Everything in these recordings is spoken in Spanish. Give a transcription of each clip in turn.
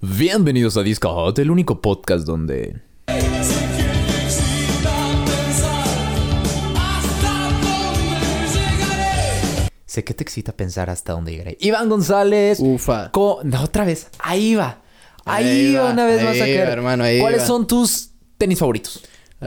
Bienvenidos a Disco Hot, el único podcast donde... Sé que te excita pensar hasta dónde llegaré. Iván González. Ufa. No, otra vez. Ahí va. Ahí va una vez más a caer. Hermano, ahí ¿Cuáles va. son tus tenis favoritos?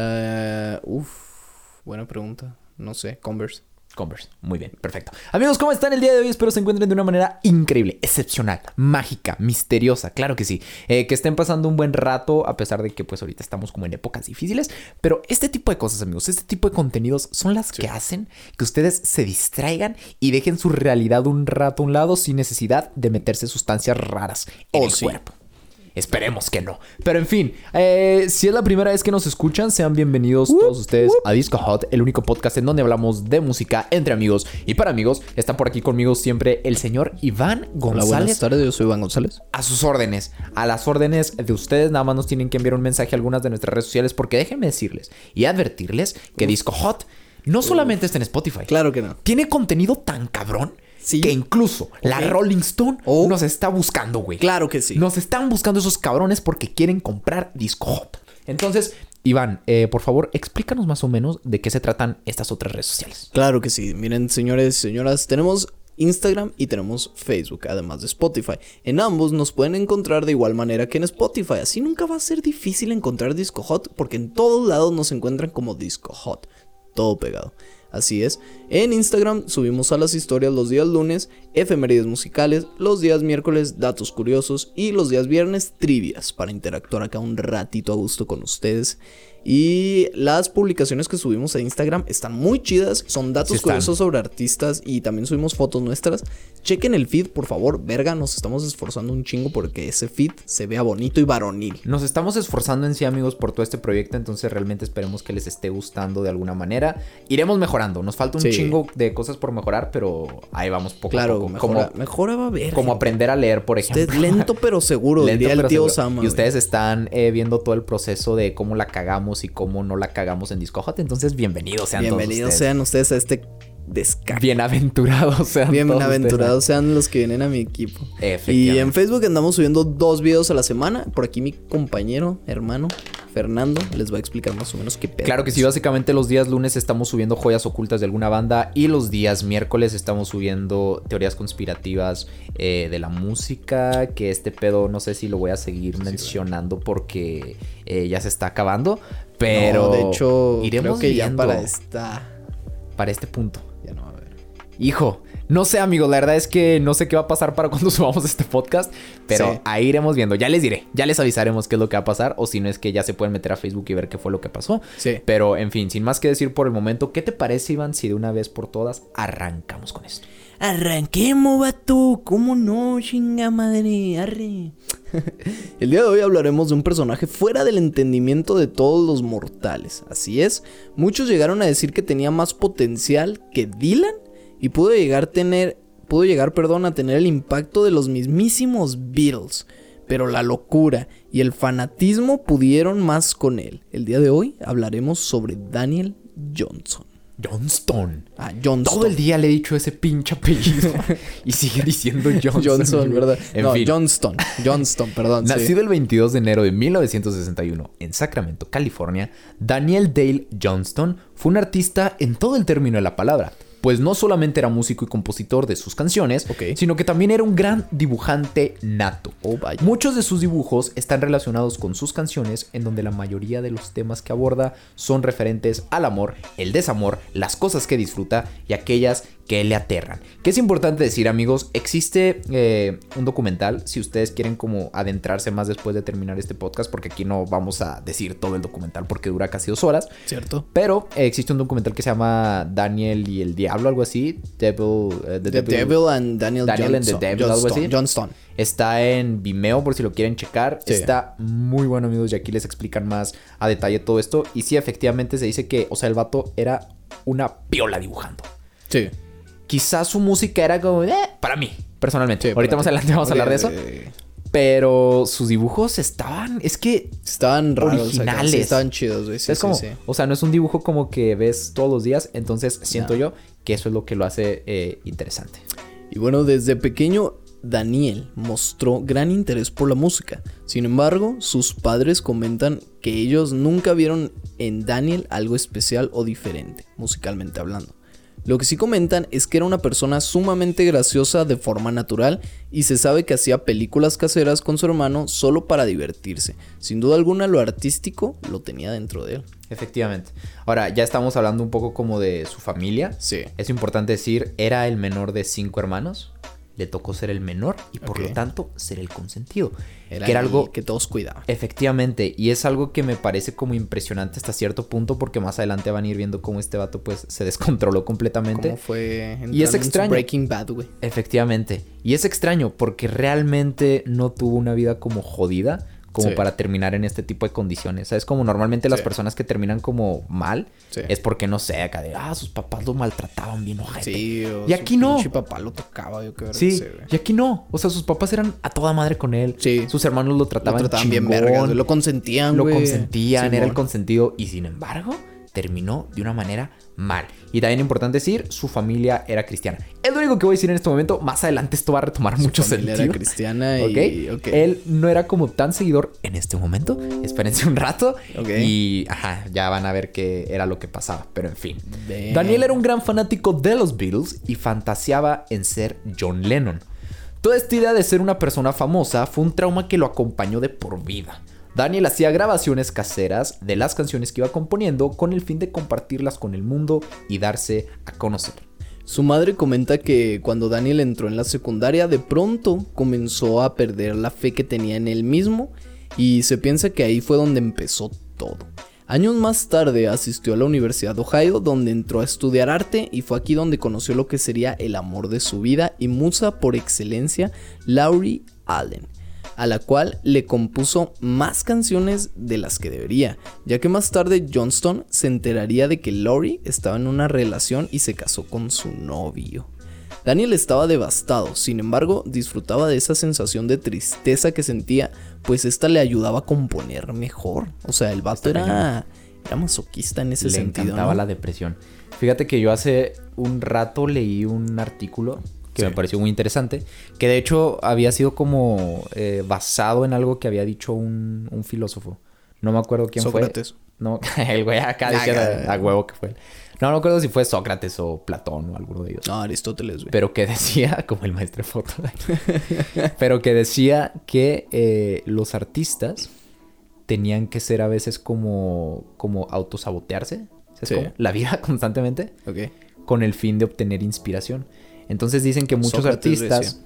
Buena pregunta. No sé. Converse. Converse. Muy bien, perfecto. Amigos, ¿cómo están el día de hoy? Espero se encuentren de una manera increíble, excepcional, mágica, misteriosa. Claro que sí. Que estén pasando un buen rato, a pesar de que pues ahorita estamos como en épocas difíciles. Pero este tipo de cosas, amigos, este tipo de contenidos son las que hacen que ustedes se distraigan y dejen su realidad un rato a un lado sin necesidad de meterse sustancias raras en el cuerpo. Esperemos que no. Pero en fin, si es la primera vez que nos escuchan, sean bienvenidos todos ustedes a Disco Hot, el único podcast en donde hablamos de música entre amigos y para amigos. Está por aquí conmigo siempre el señor Iván González. Hola, buenas tardes, yo soy Iván González. A sus órdenes, a las órdenes de ustedes. Nada más nos tienen que enviar un mensaje a algunas de nuestras redes sociales, porque déjenme decirles y advertirles que Disco Hot no solamente está en Spotify. Claro que no. Tiene contenido tan cabrón. Sí. Que incluso la Rolling Stone nos está buscando, güey. Claro que sí. Nos están buscando esos cabrones porque quieren comprar Disco Hot. Entonces, Iván, por favor, explícanos más o menos de qué se tratan estas otras redes sociales. Claro que sí. Miren, señores, señoras, tenemos Instagram y tenemos Facebook, además de Spotify. En ambos nos pueden encontrar de igual manera que en Spotify. Así nunca va a ser difícil encontrar Disco Hot, porque en todos lados nos encuentran como Disco Hot. Todo pegado. Así es, en Instagram subimos a las historias los días lunes, efemérides musicales, los días miércoles, datos curiosos y los días viernes, trivias, para interactuar acá un ratito a gusto con ustedes. Y las publicaciones que subimos a Instagram están muy chidas, son datos curiosos sobre artistas y también subimos fotos nuestras. Chequen el feed, por favor, verga, nos estamos esforzando un chingo porque ese feed se vea bonito y varonil. Nos estamos esforzando en sí, amigos, por todo este proyecto, entonces realmente esperemos que les esté gustando de alguna manera. Iremos mejorando, nos falta un chingo de cosas por mejorar, pero ahí vamos poco a poco. Mejora va a haber. Como aprender a leer, por ejemplo. Usted lento pero seguro, diría el tío Osama. Y ustedes están viendo todo el proceso de cómo la cagamos y cómo no la cagamos en Disco Hot. Entonces, bienvenidos sean todos ustedes. Bienvenidos sean ustedes a este descarga. Bienaventurados sean Bienaventurados sean los que vienen a mi equipo. Y en Facebook andamos subiendo 2 videos a la semana. Por aquí mi compañero, hermano Fernando les va a explicar más o menos qué pedo. Claro que sí, básicamente los días lunes estamos subiendo joyas ocultas de alguna banda y los días miércoles estamos subiendo teorías conspirativas de la música, que este pedo no sé si lo voy a seguir mencionando porque ya se está acabando, pero no, de hecho iremos creo que viendo ya para este punto. Ya no va a haber. Hijo, no sé, amigos, la verdad es que no sé qué va a pasar para cuando subamos este podcast, pero ahí iremos viendo. Ya les diré, ya les avisaremos qué es lo que va a pasar, o si no es que ya se pueden meter a Facebook y ver qué fue lo que pasó. Sí. Pero, en fin, sin más que decir por el momento, ¿qué te parece, Iván, si de una vez por todas arrancamos con esto? Arranquemos, vato. ¿Cómo no, chinga madre? Arre. El día de hoy hablaremos de un personaje fuera del entendimiento de todos los mortales. Así es, muchos llegaron a decir que tenía más potencial que Dylan y pudo llegar a tener el impacto de los mismísimos Beatles. Pero la locura y el fanatismo pudieron más con él. El día de hoy hablaremos sobre Daniel Johnston. Johnston. Johnston. Todo el día le he dicho ese pinche apellido y sigue diciendo Johnston. Johnston, ¿verdad? En fin. Johnston, perdón. Nacido el 22 de enero de 1961 en Sacramento, California, Daniel Dale Johnston fue un artista en todo el término de la palabra. Pues no solamente era músico y compositor de sus canciones, sino que también era un gran dibujante nato. Muchos de sus dibujos están relacionados con sus canciones, en donde la mayoría de los temas que aborda son referentes al amor, el desamor, las cosas que disfruta y aquellas que le aterran. Que es importante decir, amigos, existe un documental, si ustedes quieren como adentrarse más después de terminar este podcast, porque aquí no vamos a decir todo el documental porque dura casi 2 horas. Cierto. Pero existe un documental que se llama Daniel y el Diablo, algo así. The Devil and Daniel Johnston. And the Devil, algo así. Johnston. Está en Vimeo por si lo quieren checar. Sí. Está muy bueno, amigos, y aquí les explican más a detalle todo esto. Y sí, efectivamente se dice que, o sea, el vato era una piola dibujando. Sí. Quizás su música era como... para mí, personalmente. Sí, ahorita más adelante vamos a hablar de eso. Pero sus dibujos estaban... Es que... Estaban raros. Originales. Sí, estaban chidos, güey. Sí, es como... sí. O sea, no es un dibujo como que ves todos los días. Entonces siento yo que eso es lo que lo hace interesante. Y bueno, desde pequeño Daniel mostró gran interés por la música. Sin embargo, sus padres comentan que ellos nunca vieron en Daniel algo especial o diferente, musicalmente hablando. Lo que sí comentan es que era una persona sumamente graciosa de forma natural y se sabe que hacía películas caseras con su hermano solo para divertirse. Sin duda alguna lo artístico lo tenía dentro de él. Efectivamente. Ahora, ya estamos hablando un poco como de su familia. Sí. Es importante decir, era el menor de 5 hermanos. Le tocó ser el menor y por lo tanto ser el consentido. Era que era algo que todos cuidaban. Efectivamente, y es algo que me parece como impresionante hasta cierto punto porque más adelante van a ir viendo cómo este vato pues se descontroló completamente. Cómo fue y es extraño. Breaking Bad, güey. Efectivamente, y es extraño porque realmente no tuvo una vida como jodida como para terminar en este tipo de condiciones. ¿Sabes? Como normalmente las personas que terminan como mal es porque, no sé, acá de, sus papás lo maltrataban bien ojete. Sí, y aquí no. Su papá lo tocaba, yo creo. Sí, y aquí no. O sea, sus papás eran a toda madre con él. Sí. Sus hermanos lo trataban bien vergas. Lo consentían, güey. Lo consentían, era el consentido. Y sin embargo, terminó de una manera mal. Y también importante decir, su familia era cristiana. Es lo único que voy a decir en este momento. Más adelante esto va a retomar mucho sentido. Era cristiana y... Okay. Él no era como tan seguidor en este momento. Espérense un rato. Y ya van a ver qué era lo que pasaba. Pero en fin. Daniel era un gran fanático de los Beatles y fantaseaba en ser John Lennon. Toda esta idea de ser una persona famosa fue un trauma que lo acompañó de por vida. Daniel hacía grabaciones caseras de las canciones que iba componiendo con el fin de compartirlas con el mundo y darse a conocer. Su madre comenta que cuando Daniel entró en la secundaria, de pronto comenzó a perder la fe que tenía en él mismo y se piensa que ahí fue donde empezó todo. Años más tarde asistió a la Universidad de Ohio, donde entró a estudiar arte y fue aquí donde conoció lo que sería el amor de su vida y musa por excelencia, Laurie Allen, a la cual le compuso más canciones de las que debería, ya que más tarde Johnston se enteraría de que Laurie estaba en una relación y se casó con su novio. Daniel estaba devastado, sin embargo disfrutaba de esa sensación de tristeza que sentía, pues esta le ayudaba a componer mejor. O sea, el vato era masoquista en ese sentido. Le encantaba la depresión. Fíjate que yo hace un rato leí un artículo que me pareció muy interesante, que de hecho había sido como basado en algo que había dicho un filósofo. No me acuerdo quién Sócrates. fue. No, el güey acá decía a huevo que fue. No me acuerdo si fue Sócrates o Platón o alguno de ellos. No, Aristóteles, güey. Pero que decía, como el maestro de foto, pero que decía que los artistas tenían que ser a veces como autosabotearse. ¿Sabes cómo? La vida constantemente. Con el fin de obtener inspiración. Entonces dicen que muchos artistas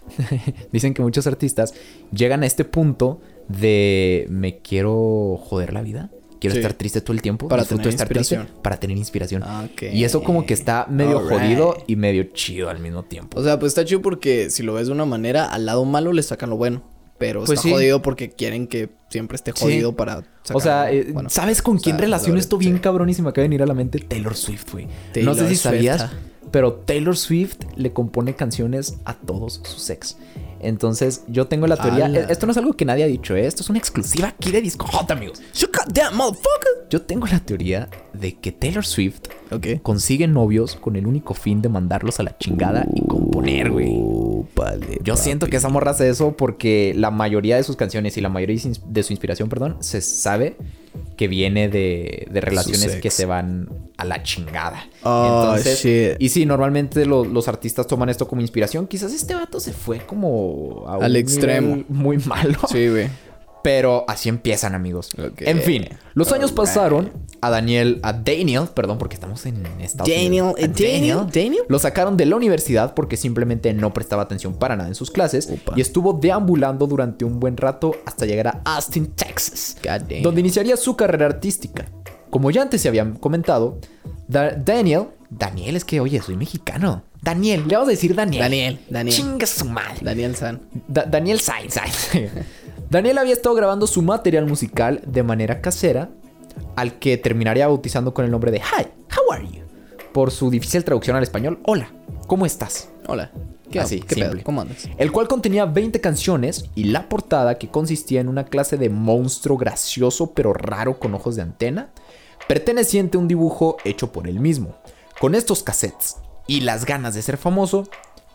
llegan a este punto de me quiero joder la vida, quiero estar triste todo el tiempo, para tener inspiración. Para tener inspiración. Y eso como que está medio jodido y medio chido al mismo tiempo. O sea, pues está chido porque si lo ves de una manera, al lado malo le sacan lo bueno. Pero pues está jodido porque quieren que siempre esté jodido para sacar... O sea, ¿sabes con quién relaciono esto bien cabrón? Y se me acaba de venir a la mente Taylor Swift, güey. No sé si sabías, pero Taylor Swift le compone canciones a todos sus ex. Entonces, yo tengo la teoría... Esto no es algo que nadie ha dicho, ¿eh? Esto es una exclusiva aquí de Disco Hot, amigos. You got that, motherfucker. Yo tengo la teoría de que Taylor Swift consigue novios con el único fin de mandarlos a la chingada y componer, güey. Yo siento que esa morra hace eso porque la mayoría de sus canciones y la mayoría de su inspiración, se sabe que viene de relaciones que se van a la chingada. Entonces, shit. Y sí, normalmente los artistas toman esto como inspiración. Quizás este vato se fue como a al extremo muy malo. Sí, güey. Pero así empiezan, amigos. En fin, los años pasaron. A Daniel, perdón, porque estamos en Estados Unidos. Daniel. Lo sacaron de la universidad porque simplemente no prestaba atención para nada en sus clases. Y estuvo deambulando durante un buen rato hasta llegar a Austin, Texas, donde iniciaría su carrera artística. Como ya antes se habían comentado, Daniel, es que, oye, soy mexicano. Daniel, le vamos a decir Daniel. Chinga su madre. Daniel San. Daniel Sainz. Daniel había estado grabando su material musical de manera casera, al que terminaría bautizando con el nombre de Hi, how are you? Por su difícil traducción al español, hola, ¿cómo estás? Hola. Así, ¿Qué simple. pedo? ¿Cómo andas? El cual contenía 20 canciones y la portada, que consistía en una clase de monstruo gracioso pero raro con ojos de antena, perteneciente a un dibujo hecho por él mismo. Con estos cassettes y las ganas de ser famoso,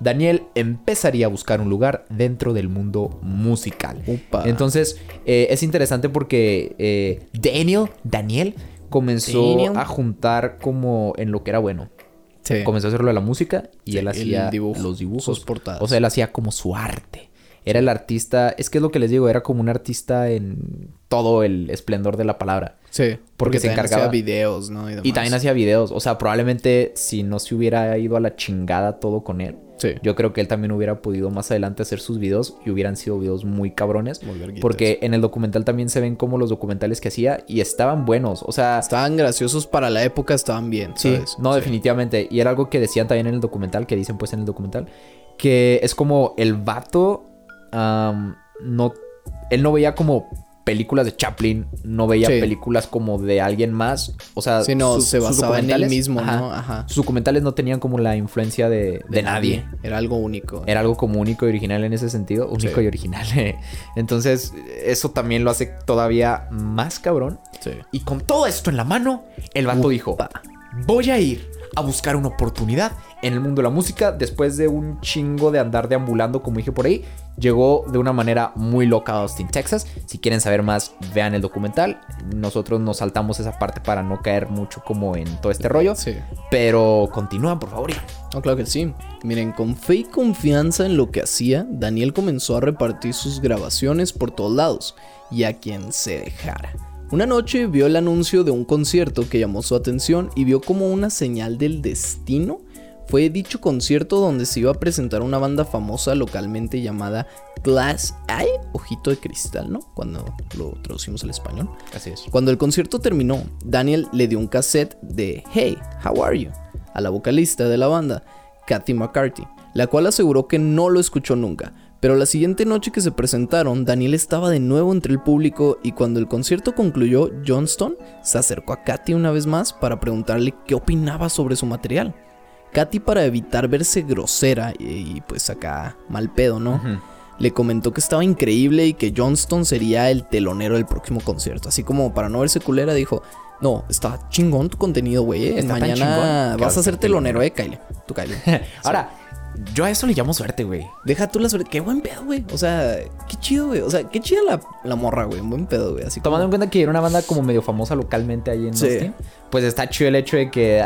Daniel empezaría a buscar un lugar dentro del mundo musical. Upa. Entonces, es interesante porque Daniel comenzó a juntar como en lo que era bueno. Sí. Comenzó a hacerlo de la música y Sí, él hacía los dibujos. sus portadas. O sea, él hacía como su arte. Era el artista, es que es lo que les digo, era como un artista en todo el esplendor de la palabra. Sí, Porque se también encargaba hacía videos, ¿no? Y también hacía videos. O sea, probablemente si no se hubiera ido a la chingada todo con él, Sí. yo creo que él también hubiera podido más adelante hacer sus videos y hubieran sido videos muy cabrones. Muy verguitas. Porque en el documental también se ven como los documentales que hacía y estaban buenos. O sea, Estaban graciosos para la época, estaban bien, sí, ¿sabes? no, Sí. definitivamente. Y era algo que decían también en el documental, que dicen pues en el documental, que es como el vato, él no veía como películas de Chaplin, no veía Sí. películas como de alguien más. O sea, Sí, no, se sus basaba en él documentales, mismo, ajá, ¿no? Ajá. Sus documentales no tenían como la influencia de nadie. Era algo único. Era algo como único y original en ese sentido. Único Sí. y original. Entonces, eso también lo hace todavía más cabrón. Sí. Y con todo esto en la mano, el vato dijo: voy a ir a buscar una oportunidad en el mundo de la música. Después de un chingo de andar deambulando, como dije por ahí, llegó de una manera muy loca a Austin, Texas. Si quieren saber más, vean el documental. Nosotros nos saltamos esa parte para no caer mucho como en todo este rollo. Sí. Pero continúan, por favor. No, claro que sí. Miren, con fe y confianza en lo que hacía, Daniel comenzó a repartir sus grabaciones por todos lados y a quien se dejara. Una noche vio el anuncio de un concierto que llamó su atención y vio como una señal del destino. Fue dicho concierto donde se iba a presentar una banda famosa localmente llamada Glass Eye, Ojito de Cristal, ¿no? Cuando lo traducimos al español. Así es. Cuando el concierto terminó, Daniel le dio un cassette de Hey, how are you? A la vocalista de la banda, Kathy McCarthy, la cual aseguró que no lo escuchó nunca. Pero la siguiente noche que se presentaron, Daniel estaba de nuevo entre el público y cuando el concierto concluyó, Johnston se acercó a Kathy una vez más para preguntarle qué opinaba sobre su material. Kathy, para evitar verse grosera y pues acá mal pedo, ¿no? Ujú. Le comentó que estaba increíble y que Johnston sería el telonero del próximo concierto. Así como para no verse culera dijo: no, está chingón tu contenido, güey. Está tan Mañana chingón. vas Claro, a ser está telonero, Kyle. Tú, Kyle. Ahora, yo a eso le llamo suerte, güey. Deja tú la suerte. Qué buen pedo, güey. O sea, qué chido, güey. O sea, qué chida la morra, güey. Buen pedo, güey. Así Tomando en como... cuenta que era una banda como medio famosa localmente ahí en Sí. Austin, pues está chido el hecho de que,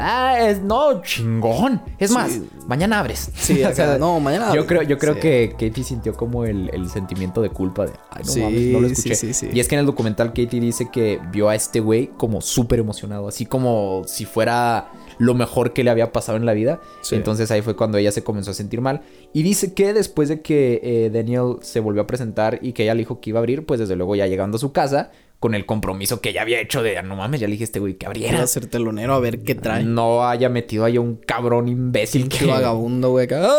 no, chingón. Es más, Sí. mañana abres. Sí, O sea, acá, no, mañana. Yo creo Sí. que Katie sintió como el sentimiento de culpa de, ay, no Sí, mames, no lo escuché. sí. Y es que en el documental Katie dice que vio a este güey como súper emocionado, así como si fuera lo mejor que le había pasado en la vida. Sí. Entonces ahí fue cuando ella se comenzó a sentir mal. Y dice que después de que Daniel se volvió a presentar y que ella le dijo que iba a abrir, pues desde luego ya llegando a su casa, con el compromiso que ella había hecho de, no mames, ya le dije a este güey que Iba abriera. a ser telonero a ver qué trae. No haya metido ahí a un cabrón imbécil Pinche que... vagabundo, güey. acá.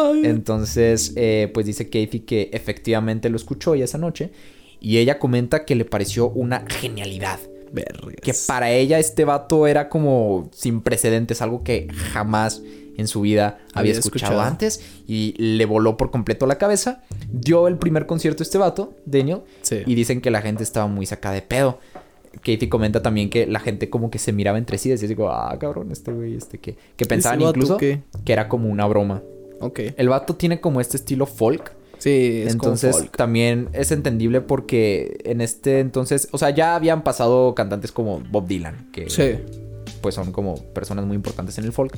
Entonces, pues dice Katie que efectivamente lo escuchó ya esa noche. Y ella comenta que le pareció una genialidad. Vergas. Que para ella este vato era como sin precedentes, algo que jamás en su vida había escuchado antes. Y le voló por completo la cabeza. Dio el primer concierto este vato, Daniel. Sí. Y dicen que la gente estaba muy sacada de pedo. Katie comenta también que la gente como que se miraba entre sí y decía, digo, cabrón, este güey, que pensaban vato incluso qué? que era como una broma. Ok. El vato tiene como este estilo folk. Sí, es Entonces como folk. también es entendible porque en este entonces, o sea, ya habían pasado cantantes como Bob Dylan, que Sí. pues son como personas muy importantes en el folk.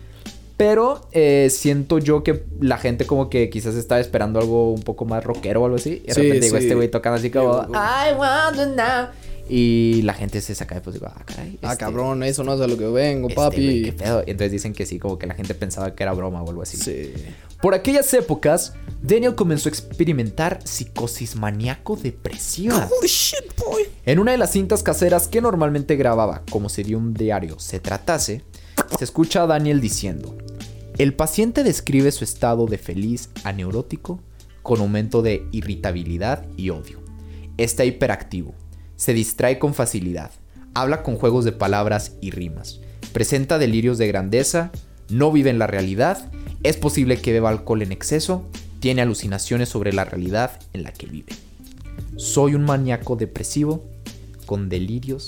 Pero siento yo que la gente como que quizás estaba esperando algo un poco más rockero o algo así. Y de Sí, repente llegó sí. este güey tocando así como, Llegó. I want to know. Y la gente se saca después, digo, caray. Cabrón, eso no es a lo que vengo, este papi. güey, qué pedo. Y entonces dicen que sí, como que la gente pensaba que era broma o algo así. Sí. Por aquellas épocas, Daniel comenzó a experimentar psicosis maníaco-depresiva. Holy shit, boy. En una de las cintas caseras que normalmente grababa, como si de un diario se tratase, se escucha a Daniel diciendo: el paciente describe su estado de feliz a neurótico con aumento de irritabilidad y odio. Está hiperactivo, se distrae con facilidad, habla con juegos de palabras y rimas, presenta delirios de grandeza, no vive en la realidad, es posible que beba alcohol en exceso, tiene alucinaciones sobre la realidad en la que vive. Soy un maníaco depresivo con delirios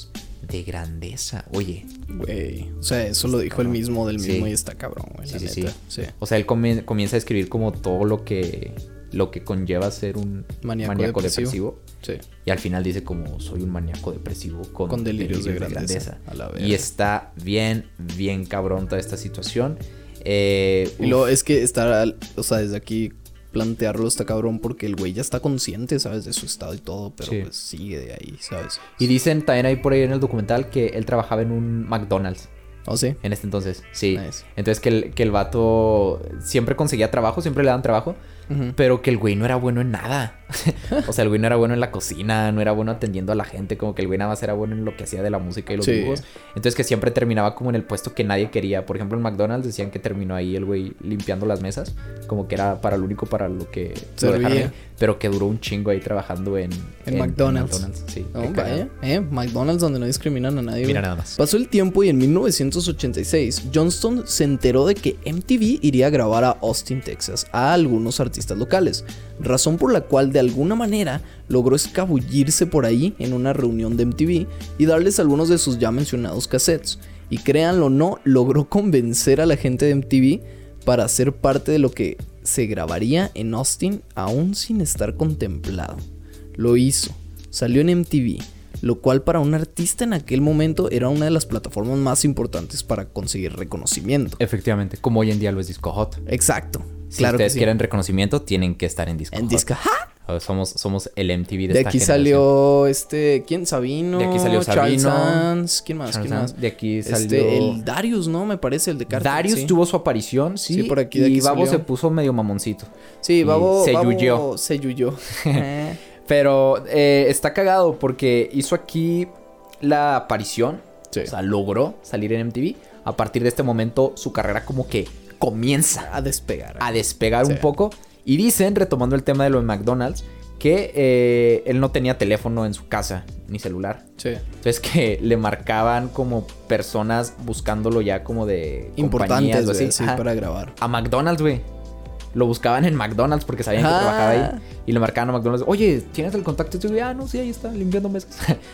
de grandeza. Oye. Güey. O sea, eso lo dijo cabrón. el mismo del mismo Sí. y está cabrón, güey. Sí, la sí, neta. sí. O sea, él comienza a escribir como todo lo que conlleva ser un maníaco depresivo. Sí. Y al final dice como soy un maníaco depresivo Con delirios de grandeza. A la verga. Y está bien, bien cabrón toda esta situación. Y luego es que está, o sea, desde aquí plantearlo está cabrón porque el güey ya está consciente, ¿sabes? De su estado y todo, pero Sí. pues sigue de ahí, ¿sabes? Y dicen también ahí por ahí en el documental que él trabajaba en un McDonald's ¿Oh, sí? en este entonces. Sí. Nice. Entonces que el vato siempre conseguía trabajo, siempre le daban trabajo. Ujú. Pero que el güey no era bueno en nada. O sea, el güey no era bueno en la cocina, no era bueno atendiendo a la gente. Como que el güey nada más era bueno en lo que hacía de la música y los Sí. dibujos. Entonces que siempre terminaba como en el puesto que nadie quería. Por ejemplo, en McDonald's decían que terminó ahí el güey limpiando las mesas. Como que era para lo único para lo que lo Servía. dejaron ahí. Pero que duró un chingo ahí trabajando en McDonald's. Sí, No, qué cagado. vaya, McDonald's donde no discriminan a nadie. Mira güey. nada más. Pasó el tiempo y en 1986 Johnston se enteró de que MTV iría a grabar a Austin, Texas, a algunos artistas locales, razón por la cual de alguna manera logró escabullirse por ahí en una reunión de MTV y darles algunos de sus ya mencionados cassettes. Y créanlo o no, logró convencer a la gente de MTV para ser parte de lo que se grabaría en Austin aún sin estar contemplado. Lo hizo, salió en MTV, lo cual para un artista en aquel momento era una de las plataformas más importantes para conseguir reconocimiento. Efectivamente, como hoy en día lo es Disco Hot. Exacto. Si Claro que ustedes sí. quieren reconocimiento, tienen que estar en Disco En Hot. Disco. ¡Ja! Somos el MTV de De esta aquí generación. salió ¿quién? Sabino. De aquí salió Charles Sabino. Sanz. ¿Quién más? Charles ¿Quién más? Sanz. De aquí salió... El Darius, ¿no? Me parece, el de Carter. Darius sí. tuvo su aparición, sí. Sí, por aquí, de y aquí Babo salió. se puso medio mamoncito. Sí, Babo. se Babo yuyó. Se yuyó. Pero está cagado porque hizo aquí la aparición. Sí. O sea, logró salir en MTV. A partir de este momento, su carrera como que comienza A despegar. a despegar Sí. un poco. Y dicen, retomando el tema de lo de McDonald's, que él no tenía teléfono en su casa, ni celular. Sí. Entonces que le marcaban como personas buscándolo ya como de Importantes, compañías o güey, así. sí, Ajá. para grabar. A McDonald's, güey. Lo buscaban en McDonald's porque sabían que Ah. trabajaba ahí. Y le marcaban a McDonald's. Oye, ¿tienes el contacto? Y yo, no, sí, ahí está, limpiando mesas.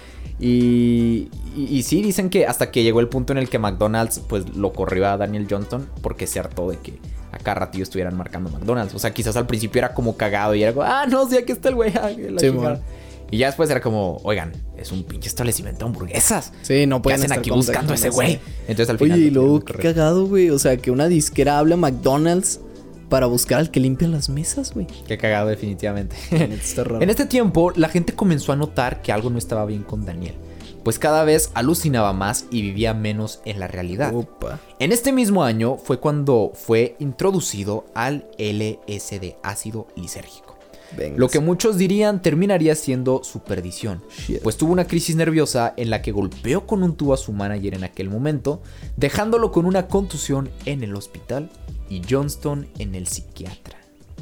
y sí, dicen que hasta que llegó el punto en el que McDonald's pues lo corrió a Daniel Johnston porque se hartó de que a cada ratillo estuvieran marcando McDonald's. O sea, quizás al principio era como cagado y era como, no, sí, aquí está el güey. La Sí, chingada. bueno. Y ya después era como, oigan, es un pinche establecimiento de hamburguesas. Sí, no ¿Qué pueden hacen estar aquí buscando a ese güey? Entonces al final... Oye, y lo luego tuvieron qué que correr. cagado, güey. O sea, que una disquera hable a McDonald's para buscar al que limpia las mesas, güey. Qué cagado, definitivamente. Está raro. En este tiempo, la gente comenzó a notar que algo no estaba bien con Daniel, pues cada vez alucinaba más y vivía menos en la realidad. Opa. En este mismo año fue cuando fue introducido al LSD, ácido lisérgico. Venga. Lo que muchos dirían terminaría siendo su perdición, Shit. pues tuvo una crisis nerviosa en la que golpeó con un tubo a su manager en aquel momento, dejándolo con una contusión en el hospital y Johnston en el psiquiatra.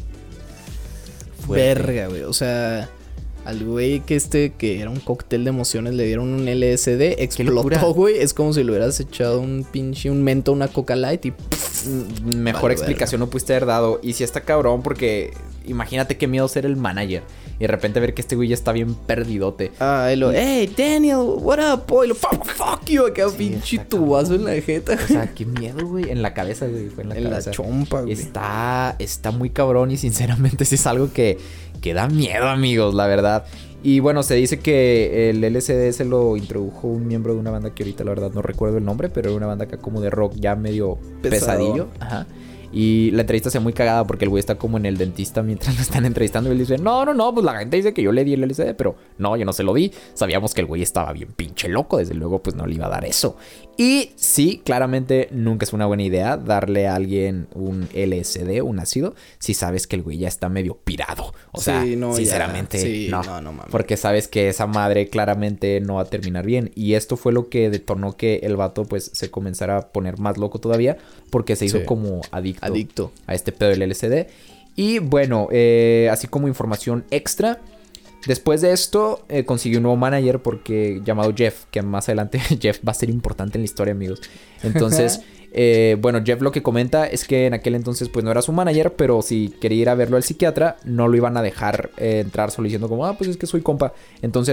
Fuerte. Verga, güey. O sea, al güey que era un cóctel de emociones, le dieron un LSD, locura. explotó, güey. Es como si le hubieras echado un pinche, un mento, una Coca Light y... Mejor Vale, explicación no pudiste haber dado. Y si está cabrón porque imagínate qué miedo ser el manager y de repente ver que este güey ya está bien perdidote. Hey, Daniel, what up, boy? Fuck you, acá Sí, pinche está tubazo en la jeta. O sea, qué miedo, güey. En la cabeza, güey. Fue en la En la cabeza. chompa, güey. Está muy cabrón y sinceramente sí es algo que da miedo, amigos, la verdad. Y bueno, se dice que el LSD se lo introdujo un miembro de una banda que ahorita la verdad no recuerdo el nombre, pero era una banda acá como de rock ya medio Pesado. pesadillo. Ajá. Y la entrevista se muy cagada porque el güey está como en el dentista mientras lo están entrevistando y él dice, no, pues la gente dice que yo le di el LSD, pero no, yo no se lo di. Sabíamos que el güey estaba bien pinche loco, desde luego pues no le iba a dar eso. Y sí, claramente nunca es una buena idea darle a alguien un LSD, un ácido, si sabes que el güey ya está medio pirado. O sea, Sí, no, sinceramente, ya. Sí, no. no mames. Porque sabes que esa madre claramente no va a terminar bien. Y esto fue lo que detonó que el vato pues se comenzara a poner más loco todavía porque se hizo Sí. como adicto a este pedo del LSD. Y bueno, así como información extra, después de esto consiguió un nuevo manager porque llamado Jeff, que más adelante Jeff va a ser importante en la historia, amigos. Entonces, bueno, Jeff lo que comenta es que en aquel entonces pues no era su manager, pero si quería ir a verlo al psiquiatra, no lo iban a dejar entrar solo diciendo como, pues es que soy compa. Entonces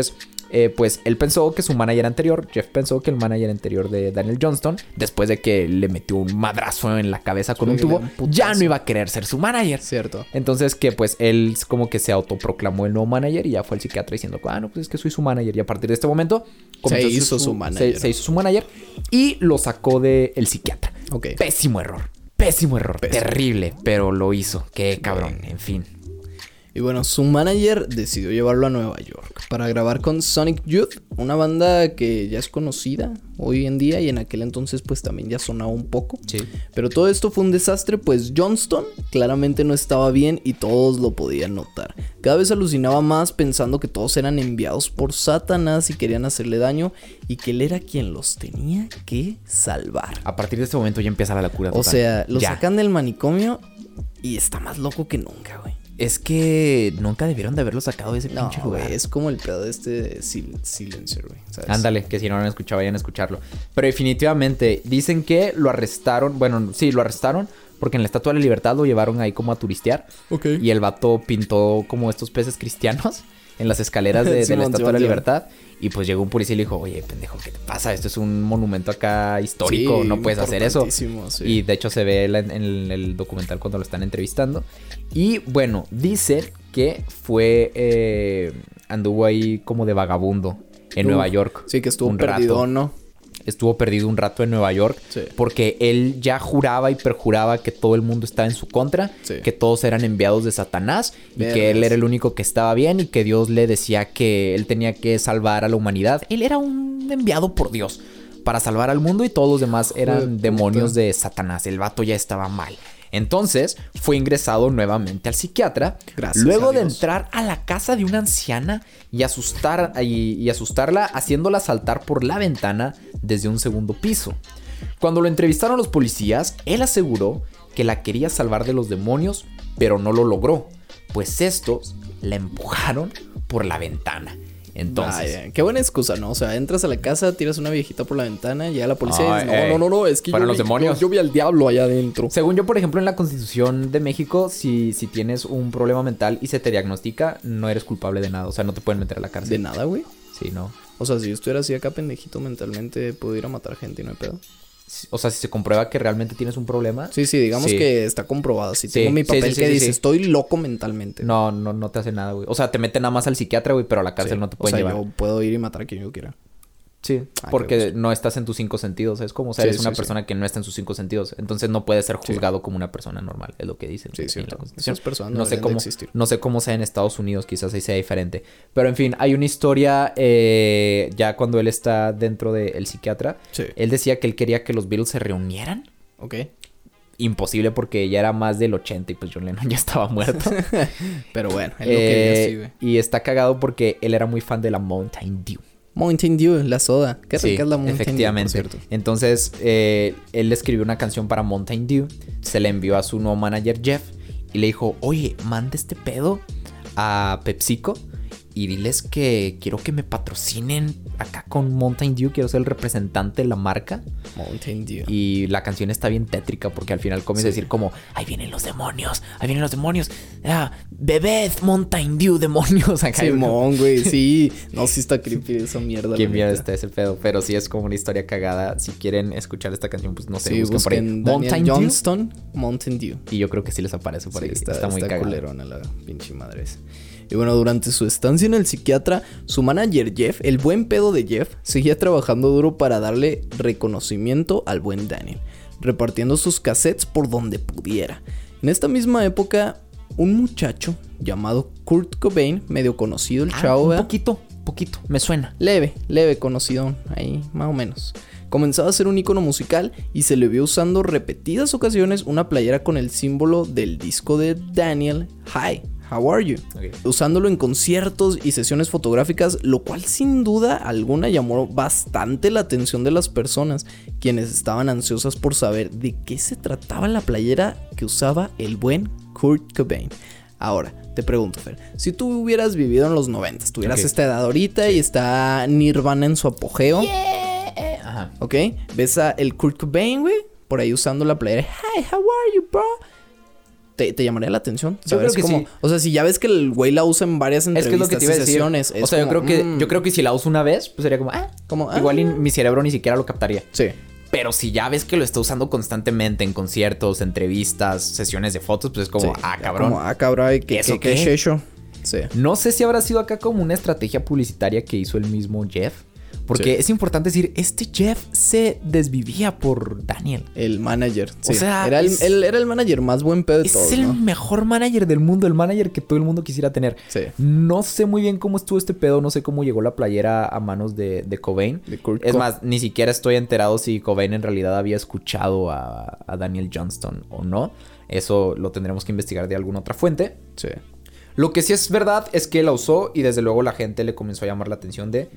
pues él pensó que su manager anterior, Jeff pensó que el manager anterior de Daniel Johnston, después de que le metió un madrazo en la cabeza con un tubo, ya no iba a querer ser su manager. Cierto. Entonces que pues él como que se autoproclamó el nuevo manager y ya fue el psiquiatra diciendo, no, pues es que soy su manager. Y a partir de este momento se hizo su manager. Se hizo su manager y lo sacó del psiquiatra. Ok. Pésimo error. Terrible, pero lo hizo. Qué cabrón, en fin. Y bueno, su manager decidió llevarlo a Nueva York para grabar con Sonic Youth, una banda que ya es conocida hoy en día y en aquel entonces pues también ya sonaba un poco. Sí. Pero todo esto fue un desastre, pues Johnston claramente no estaba bien y todos lo podían notar. Cada vez alucinaba más pensando que todos eran enviados por Satanás y querían hacerle daño y que él era quien los tenía que salvar. A partir de este momento ya empieza la locura total. O sea, lo sacan del manicomio y está más loco que nunca, güey. Es que nunca debieron de haberlo sacado de ese pinche lugar. Güey, es como el pedo de este Silencer, güey, ¿sabes? Ándale, que si no lo han escuchado, vayan a escucharlo. Pero definitivamente, dicen que lo arrestaron. Bueno, sí, lo arrestaron porque en la Estatua de la Libertad lo llevaron ahí como a turistear. Ok. Y el vato pintó como estos peces cristianos en las escaleras de la Estatua de la Libertad. Y pues llegó un policía y le dijo, oye, pendejo, ¿qué te pasa? Esto es un monumento acá histórico, sí, no puedes hacer eso. Sí. Y de hecho se ve en el documental cuando lo están entrevistando. Y bueno, dice que anduvo ahí como de vagabundo en Nueva York. Sí, que estuvo perdido, ¿no? Estuvo perdido un rato en Nueva York. Sí. Porque él ya juraba y perjuraba que todo el mundo estaba en su contra. Sí. Que todos eran enviados de Satanás. Y que él era el único que estaba bien. Y que Dios le decía que él tenía que salvar a la humanidad. Él era un enviado por Dios para salvar al mundo. Y todos los demás eran demonios de Satanás. El vato ya estaba mal. Entonces fue ingresado nuevamente al psiquiatra. Gracias luego a Dios. de entrar a la casa de una anciana y asustarla haciéndola saltar por la ventana desde un segundo piso. Cuando lo entrevistaron los policías, él aseguró que la quería salvar de los demonios, pero no lo logró, pues estos la empujaron por la ventana. Entonces, qué buena excusa, ¿no? O sea, entras a la casa, tiras una viejita por la ventana y ya la policía dice, no, es que los demonios. Yo vi al diablo allá adentro. Según yo, por ejemplo, en la Constitución de México, si tienes un problema mental y se te diagnostica, no eres culpable de nada. O sea, no te pueden meter a la cárcel. ¿De nada, güey? Sí, no. O sea, si yo estuviera así acá pendejito mentalmente, puedo ir a matar gente y no hay pedo. O sea, si se comprueba que realmente tienes un problema. Sí, digamos que está comprobado. Si tengo mi papel que dice, estoy loco mentalmente. No te hace nada, güey. O sea, te meten nada más al psiquiatra, güey, pero a la cárcel no te pueden llevar. O sea, yo puedo ir y matar a quien yo quiera. Sí, porque no estás en tus 5 sentidos, ¿sabes cómo? O sea, eres una persona que no está en sus 5 sentidos. Entonces no puedes ser juzgado como una persona normal, es lo que dicen en la Constitución. Esas personas no sé cómo sea en Estados Unidos, quizás ahí sea diferente. Pero en fin, hay una historia ya cuando él está dentro del psiquiatra. Sí. Él decía que él quería que los Beatles se reunieran. Ok. Imposible porque ya era más del 80 y pues John Lennon ya estaba muerto. Pero bueno, él lo quería así, güey. Y está cagado porque él era muy fan de la Mountain Dew. Mountain Dew, la soda. Qué rica es la Mountain efectivamente. Dew, por cierto. Entonces, él escribió una canción para Mountain Dew. Se la envió a su nuevo manager, Jeff. Y le dijo, oye, manda este pedo a PepsiCo. Y diles que quiero que me patrocinen acá con Mountain Dew. Quiero ser el representante de la marca. Mountain Dew. Y la canción está bien tétrica porque al final comienza a decir como, ahí vienen los demonios, ahí vienen los demonios. Bebed Mountain Dew, demonios. Simón, güey, sí. No, sí está creepy esa mierda. Qué mierda está ese pedo. Pero sí es como una historia cagada. Si quieren escuchar esta canción, pues no sé. Sí, busquen por ahí. Mountain Johnston, Mountain Dew. Y yo creo que sí les aparece por ahí. Está muy cagada. Culerona la pinche madre esa. Y bueno, durante su estancia en el psiquiatra, su manager Jeff, el buen pedo de Jeff, seguía trabajando duro para darle reconocimiento al buen Daniel, repartiendo sus cassettes por donde pudiera. En esta misma época, un muchacho llamado Kurt Cobain, medio conocido el chavo, un poquito, me suena. Leve conocido, ahí más o menos. Comenzaba a ser un ícono musical y se le vio usando repetidas ocasiones una playera con el símbolo del disco de Daniel, Hi, How Are You? Okay. Usándolo en conciertos y sesiones fotográficas, lo cual sin duda alguna llamó bastante la atención de las personas, quienes estaban ansiosas por saber de qué se trataba la playera que usaba el buen Kurt Cobain. Ahora, te pregunto, Fer, si tú hubieras vivido en los 90, tuvieras esta edad ahorita y está Nirvana en su apogeo, Ajá. ¿ok? Ves a el Kurt Cobain, güey, por ahí usando la playera, Hi, how are you, bro? te llamaría la atención. Yo creo que sí. O sea, si ya ves que el güey la usa en varias entrevistas es lo que te iba a decir. sesiones. O sea, como, yo creo que si la uso una vez, pues sería igual mi cerebro ni siquiera lo captaría. Sí. Pero si ya ves que lo está usando constantemente en conciertos, entrevistas, sesiones de fotos, pues es como, cabrón. Cabrón, ¿qué es eso? Sí. No sé si habrá sido acá como una estrategia publicitaria que hizo el mismo Jeff. Porque es importante decir, este Jeff se desvivía por Daniel. El manager. Sí. O sea, era el manager más buen pedo de todos. Es el mejor manager del mundo, el manager que todo el mundo quisiera tener. Sí. No sé muy bien cómo estuvo este pedo, no sé cómo llegó la playera a manos de Cobain. Es más, ni siquiera estoy enterado si Cobain en realidad había escuchado a Daniel Johnston o no. Eso lo tendremos que investigar de alguna otra fuente. Sí. Lo que sí es verdad es que la usó y desde luego la gente le comenzó a llamar la atención de...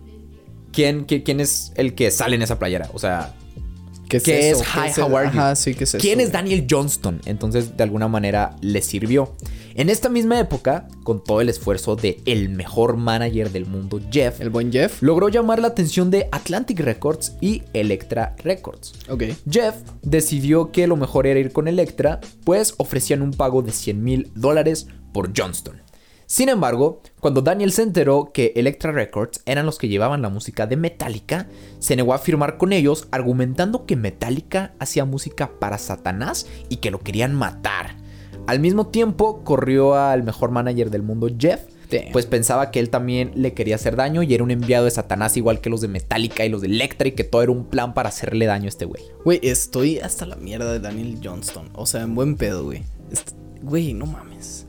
¿Quién es el que sale en esa playera? O sea, ¿qué es Hi, How Are You? Ajá, sí, ¿qué es eso? ¿Quién es Daniel Johnston? Entonces, de alguna manera, le sirvió. En esta misma época, con todo el esfuerzo de el mejor manager del mundo, Jeff... El buen Jeff. Logró llamar la atención de Atlantic Records y Elektra Records. Ok. Jeff decidió que lo mejor era ir con Elektra, pues ofrecían un pago de $100,000 por Johnston. Sin embargo, cuando Daniel se enteró que Elektra Records eran los que llevaban la música de Metallica, se negó a firmar con ellos argumentando que Metallica hacía música para Satanás y que lo querían matar. Al mismo tiempo, corrió al mejor manager del mundo, Jeff, pues pensaba que él también le quería hacer daño y era un enviado de Satanás igual que los de Metallica y los de Elektra y que todo era un plan para hacerle daño a este güey. Güey, estoy hasta la mierda de Daniel Johnston. O sea, en buen pedo, güey. Güey, no mames.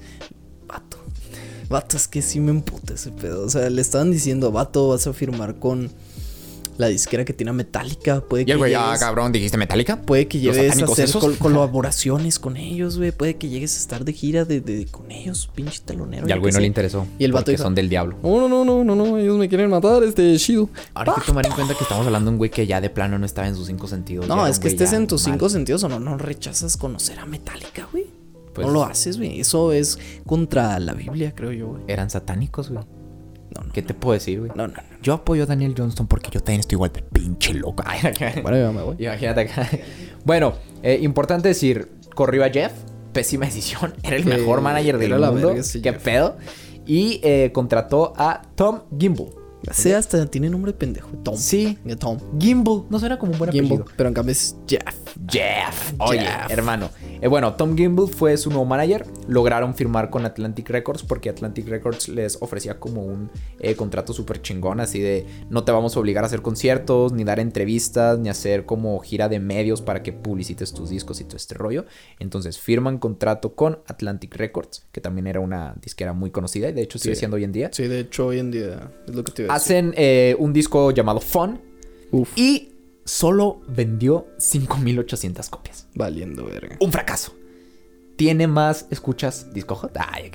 Vato, es que sí me emputa ese pedo. O sea, le estaban diciendo, vato, vas a firmar con la disquera que tiene a Metallica. Puede que y el güey, llegues, cabrón, ¿dijiste Metallica? Puede que llegues a hacer colaboraciones con ellos, güey. Puede que llegues a estar de gira con ellos, pinche talonero. Y al güey no le interesó. Y el vato dijo, son del diablo. No, ellos me quieren matar, chido. Ahora hay que tomar en cuenta que estamos hablando de un güey que ya de plano no estaba en sus 5 sentidos. No, es que estés en tus 5 sentidos o no rechazas conocer a Metallica, güey. Pues, no lo haces, güey. Eso es contra la Biblia, creo yo, güey. Eran satánicos, güey. No. ¿Qué te puedo decir, güey? No. Yo apoyo a Daniel Johnston porque yo también estoy igual de pinche loco. Bueno, ya me voy. Imagínate acá. Bueno, importante decir, corrió a Jeff. Pésima decisión. Era el mejor manager del mundo. ¿Qué pedo? Y contrató a Tom Gimbel. Sí, hasta tiene nombre pendejo. Tom. Sí. Tom. Gimbel. No suena como un buen apellido. Pero en cambio es Jeff. Oye, hermano. Bueno, Tom Gimbel fue su nuevo manager. Lograron firmar con Atlantic Records porque Atlantic Records les ofrecía como un contrato súper chingón. Así de, no te vamos a obligar a hacer conciertos, ni dar entrevistas, ni hacer como gira de medios para que publicites tus discos y todo este rollo. Entonces firman contrato con Atlantic Records, que también era una disquera muy conocida y de hecho sigue siendo hoy en día. Sí, de hecho hoy en día es lo que te iba a decir. Hacen un disco llamado Fun. Uf. Y solo vendió 5,800 copias. Valiendo verga. Un fracaso. ¿Tiene más escuchas Disco Hot? Ay,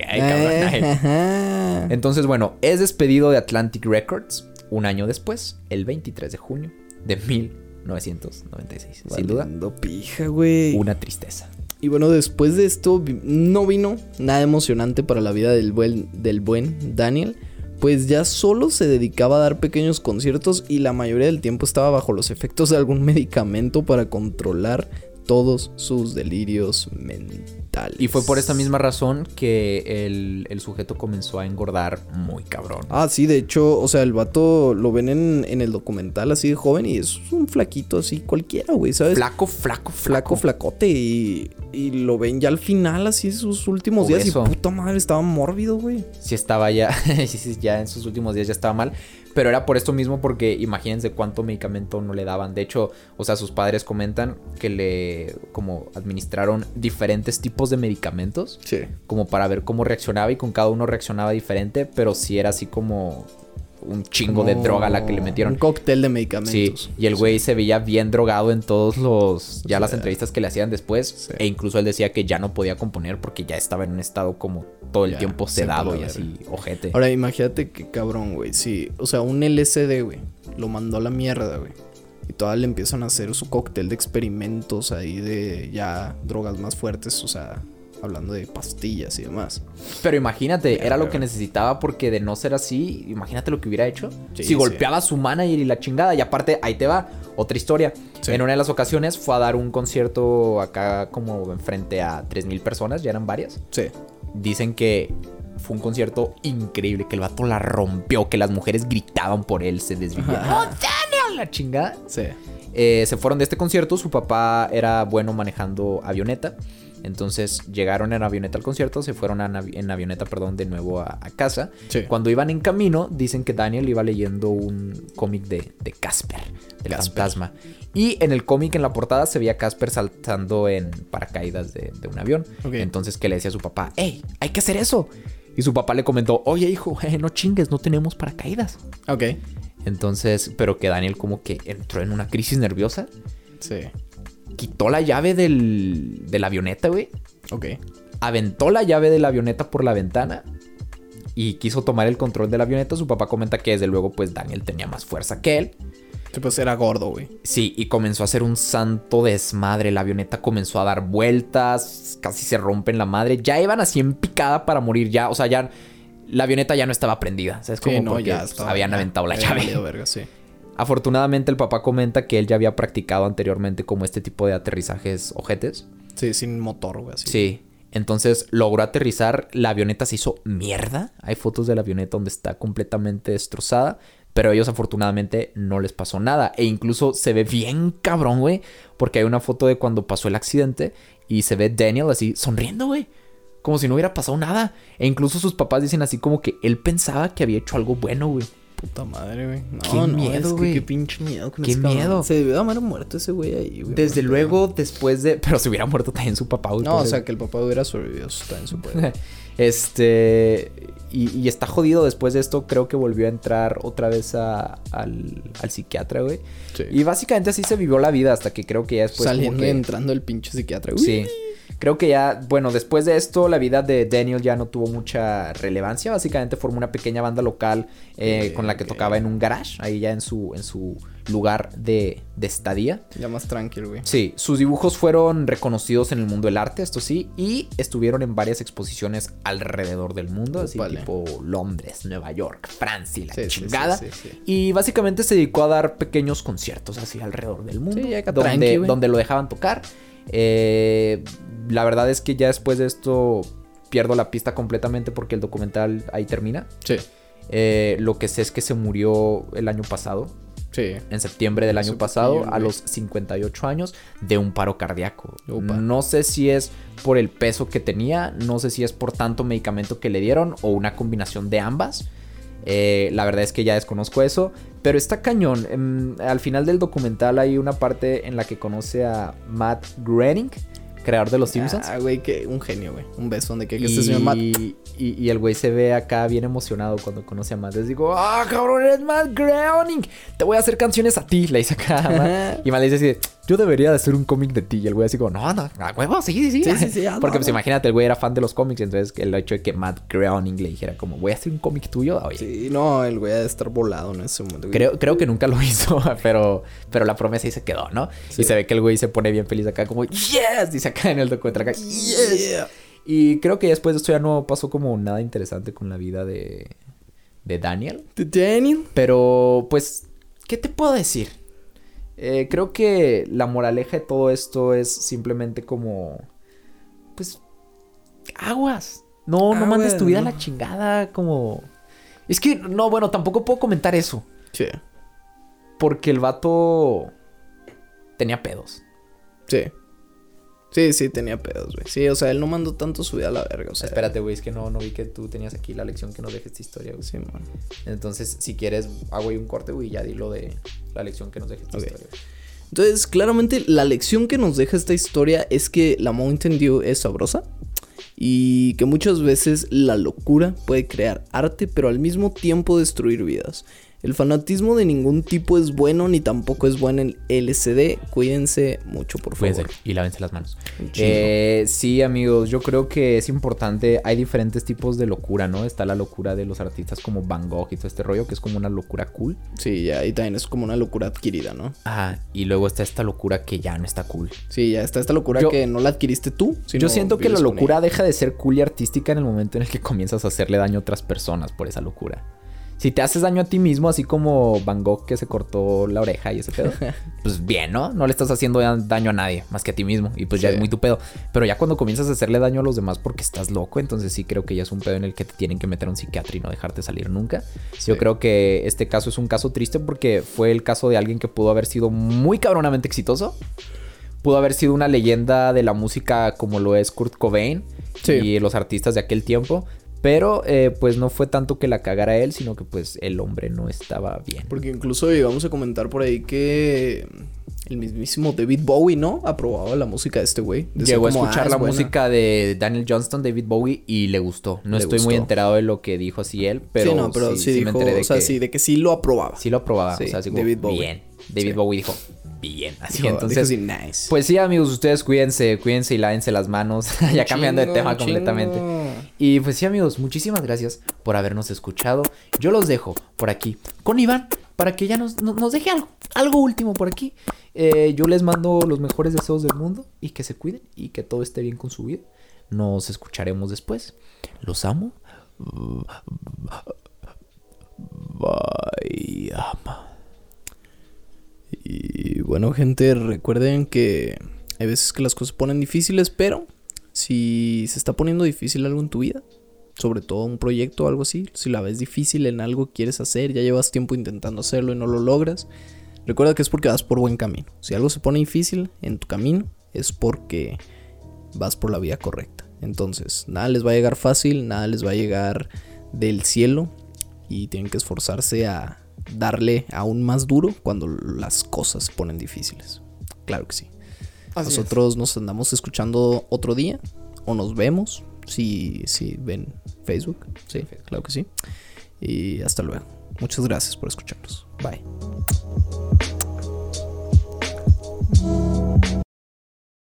cabrón. Entonces, bueno, es despedido de Atlantic Records un año después, el 23 de junio de 1996. Sin duda. Pija, güey. Una tristeza. Y bueno, después de esto no vino nada emocionante para la vida del buen Daniel. Pues ya solo se dedicaba a dar pequeños conciertos y la mayoría del tiempo estaba bajo los efectos de algún medicamento para controlar todos sus delirios mentales. Y fue por esta misma razón que el sujeto comenzó a engordar muy cabrón. Ah, sí, de hecho, o sea, el vato lo ven en el documental así de joven y es un flaquito así cualquiera, güey, ¿sabes? Flacote y lo ven ya al final así en sus últimos días y puta madre, estaba mórbido, güey. Sí estaba ya, sí, ya en sus últimos días ya estaba mal. Pero era por esto mismo porque imagínense cuánto medicamento no le daban. De hecho, o sea, sus padres comentan que le como administraron diferentes tipos de medicamentos. Sí. Como para ver cómo reaccionaba y con cada uno reaccionaba diferente. Pero sí era así como un chingo de droga la que le metieron. Un cóctel de medicamentos. Sí, y el güey se veía bien drogado en todos las entrevistas que le hacían después. Sí. E incluso él decía que ya no podía componer porque ya estaba en un estado como todo el tiempo sedado y así, ojete. Ahora, imagínate que cabrón, güey. Sí, o sea, un LSD, güey, lo mandó a la mierda, güey. Y todavía le empiezan a hacer su cóctel de experimentos ahí de ya drogas más fuertes, o sea, hablando de pastillas y demás. Pero imagínate, Ya, era lo pero- que necesitaba porque de no ser así, imagínate lo que hubiera hecho. Sí, Si sí. golpeaba a su manager y la chingada. Y aparte, ahí te va, otra historia. Sí. En una de las ocasiones fue a dar un concierto acá como enfrente a 3,000 personas, ya eran varias. Sí. Dicen que fue un concierto increíble, que el vato la rompió, que las mujeres gritaban por él, se desvivían. Ajá. ¡Oh, Daniel! La chingada. Sí. Se fueron de este concierto, su papá era bueno manejando avioneta. Entonces llegaron en avioneta al concierto, se fueron en avioneta, perdón, de nuevo a casa. Sí. Cuando iban en camino, dicen que Daniel iba leyendo un cómic de Casper, del Casper. fantasma. Y en el cómic, en la portada, se veía a Casper saltando en paracaídas de un avión. Ok. Entonces que le decía a su papá, ¡Ey, hay que hacer eso! Y su papá le comentó, oye hijo, no chingues, no tenemos paracaídas. Ok. Entonces, pero que Daniel como que entró en una crisis nerviosa. Sí. Quitó la llave de la avioneta, güey. Ok. Aventó la llave de la avioneta por la ventana y quiso tomar el control de la avioneta. Su papá comenta que desde luego pues Daniel tenía más fuerza que él. Sí, pues era gordo, güey. Sí, y comenzó a hacer un santo desmadre. La avioneta comenzó a dar vueltas, casi se rompe en la madre. Ya iban así en picada para morir ya. O sea, ya la avioneta ya no estaba prendida. ¿Sabes? Como Sí, no, porque ya pues, estaba. habían ya aventado la había llave. valido verga, sí. Afortunadamente el papá comenta que él ya había practicado anteriormente como este tipo de aterrizajes ojetes. Sí, sin motor, güey, así. Sí. Entonces logró aterrizar, la avioneta se hizo mierda. Hay fotos de la avioneta donde está completamente destrozada. Pero a ellos afortunadamente no les pasó nada. E incluso se ve bien cabrón, güey. Porque hay una foto de cuando pasó el accidente y se ve Daniel así sonriendo, güey. Como si no hubiera pasado nada. E incluso sus papás dicen así como que él pensaba que había hecho algo bueno, güey. Puta madre, güey. No, Qué no, miedo, es que güey. qué pinche miedo. Con Qué ese cabrón. miedo. Se debió haber muerto ese güey ahí, güey. Desde Porque- luego, después de... Pero se hubiera muerto también su papá, güey. No, o pobre. sea, que el papá hubiera sobrevivido. Eso está en su poder. Y está jodido después de esto. Creo que volvió a entrar otra vez al psiquiatra, güey. Sí. Y básicamente así se vivió la vida hasta que creo que ya después... como Saliendo y que- entrando el pinche psiquiatra, güey. Sí. Creo que ya, bueno, después de esto, la vida de Daniel ya no tuvo mucha relevancia. Básicamente formó una pequeña banda local con la que ok. tocaba en un garage, ahí ya en su lugar de estadía. Ya más tranquilo, güey. Sí, sus dibujos fueron reconocidos en el mundo del arte, esto sí, y estuvieron en varias exposiciones alrededor del mundo, así Vale. tipo Londres, Nueva York, Francia y la Sí, sí, chingada. sí, sí, sí. Y básicamente se dedicó a dar pequeños conciertos así alrededor del mundo, Sí, ya acá tranqui, güey. donde lo dejaban tocar. La verdad es que ya después de esto pierdo la pista completamente porque el documental ahí termina. Sí. Lo que sé es que se murió el año pasado. Sí. En septiembre del año Hace pasado, poquillo, a güey. los 58 años, de un paro cardíaco. Upa. No sé si es por el peso que tenía, no sé si es por tanto medicamento que le dieron o una combinación de ambas. La verdad es que ya desconozco eso, pero está cañón. Al final del documental hay una parte en la que conoce a Matt Groening, creador de Los Simpsons. Ah, güey, que un genio, güey. Un beso donde que este señor Matt. Y el güey se ve acá bien emocionado cuando conoce a Matt. Les digo, cabrón, eres Matt Groening. Te voy a hacer canciones a ti. Le dice acá a Matt. Y Matt le dice así, yo debería de hacer un cómic de ti. Y el güey así como, no, a huevo, sí. Sí, Porque pues no. imagínate, el güey era fan de los cómics. Entonces el hecho de que Matt Groening le dijera como, voy a hacer un cómic tuyo. Oye, Sí, no, el güey ha de estar volado en ese momento, güey. creo que nunca lo hizo, pero la promesa ahí se quedó, ¿no? Sí. Y se ve que el güey se pone bien feliz acá como, yes, dice acá en el documental acá, yes. Yeah. Y creo que después de esto ya no pasó como nada interesante con la vida de Daniel. ¿De Daniel? Pero, pues, ¿qué te puedo decir? Creo que la moraleja de todo esto es simplemente como, pues, aguas. No mandes tu vida a la chingada, como... Es que, no, bueno, tampoco puedo comentar eso. Sí. Porque el vato tenía pedos. Sí. Sí, tenía pedos, güey. Sí, o sea, él no mandó tanto su vida a la verga, o sea. Espérate, güey, es que no vi que tú tenías aquí la lección que nos deja esta historia, güey. Sí, man. Entonces, si quieres, hago ahí un corte, güey, y ya dilo de la lección que nos deja esta Ok. historia. Entonces, claramente, la lección que nos deja esta historia es que la Mountain Dew es sabrosa. Y que muchas veces la locura puede crear arte, pero al mismo tiempo destruir vidas. El fanatismo de ningún tipo es bueno ni tampoco es bueno en LSD. Cuídense mucho, por favor. Cuídense y lávense las manos. Un chingo. Sí, amigos, yo creo que es importante. Hay diferentes tipos de locura, ¿no? Está la locura de los artistas como Van Gogh y todo este rollo, que es como una locura cool. Sí, ya, y también es como una locura adquirida, ¿no? Ajá, y luego está esta locura que ya no está cool. Sí, ya está esta locura que no la adquiriste tú. Yo siento que la vives con locura ella. deja de ser cool y artística en el momento en el que comienzas a hacerle daño a otras personas por esa locura. Si te haces daño a ti mismo, así como Van Gogh que se cortó la oreja y ese pedo, pues bien, ¿no? No le estás haciendo daño a nadie, más que a ti mismo. Y pues ya Sí. es muy tu pedo. Pero ya cuando comienzas a hacerle daño a los demás porque estás loco, entonces sí creo que ya es un pedo en el que te tienen que meter a un psiquiatra y no dejarte salir nunca. Sí. Yo creo que este caso es un caso triste porque fue el caso de alguien que pudo haber sido muy cabronamente exitoso. Pudo haber sido una leyenda de la música como lo es Kurt Cobain Sí. y los artistas de aquel tiempo. Pero pues no fue tanto que la cagara él, sino que pues el hombre no estaba bien. Porque incluso llegamos a comentar por ahí que el mismísimo David Bowie, ¿no? Aprobaba la música de este güey. Decía Llegó a como, escuchar es la buena. música de Daniel Johnston, David Bowie, y le gustó. No Le estoy muy gustó. enterado de lo que dijo así él, pero, sí, no, pero sí, me dijo, enteré de o sea, que sí, de que sí lo aprobaba. sí lo aprobaba. Sí, O sea, así como, David Bowie. bien. David Sí. Bowie dijo, bien. Así, Dijo entonces, así, nice. pues sí, amigos, ustedes cuídense y lávense las manos. Ya cambiando de Chingo, tema chingo. completamente. Y pues sí, amigos, muchísimas gracias por habernos escuchado. Yo los dejo por aquí con Iván para que ya nos deje algo último por aquí. Yo les mando los mejores deseos del mundo y que se cuiden y que todo esté bien con su vida. Nos escucharemos después. Los amo. Bye. Y bueno, gente, recuerden que hay veces que las cosas se ponen difíciles, pero si se está poniendo difícil algo en tu vida, sobre todo un proyecto o algo así, si la ves difícil en algo que quieres hacer, ya llevas tiempo intentando hacerlo y no lo logras, recuerda que es porque vas por buen camino. Si algo se pone difícil en tu camino, es porque vas por la vía correcta. Entonces, nada les va a llegar fácil, nada les va a llegar del cielo y tienen que esforzarse a darle aún más duro cuando las cosas se ponen difíciles. Claro que sí. Así Nosotros nos andamos escuchando otro día o nos vemos si ven Facebook. Sí, claro que sí. Y hasta luego. Muchas gracias por escucharnos. Bye.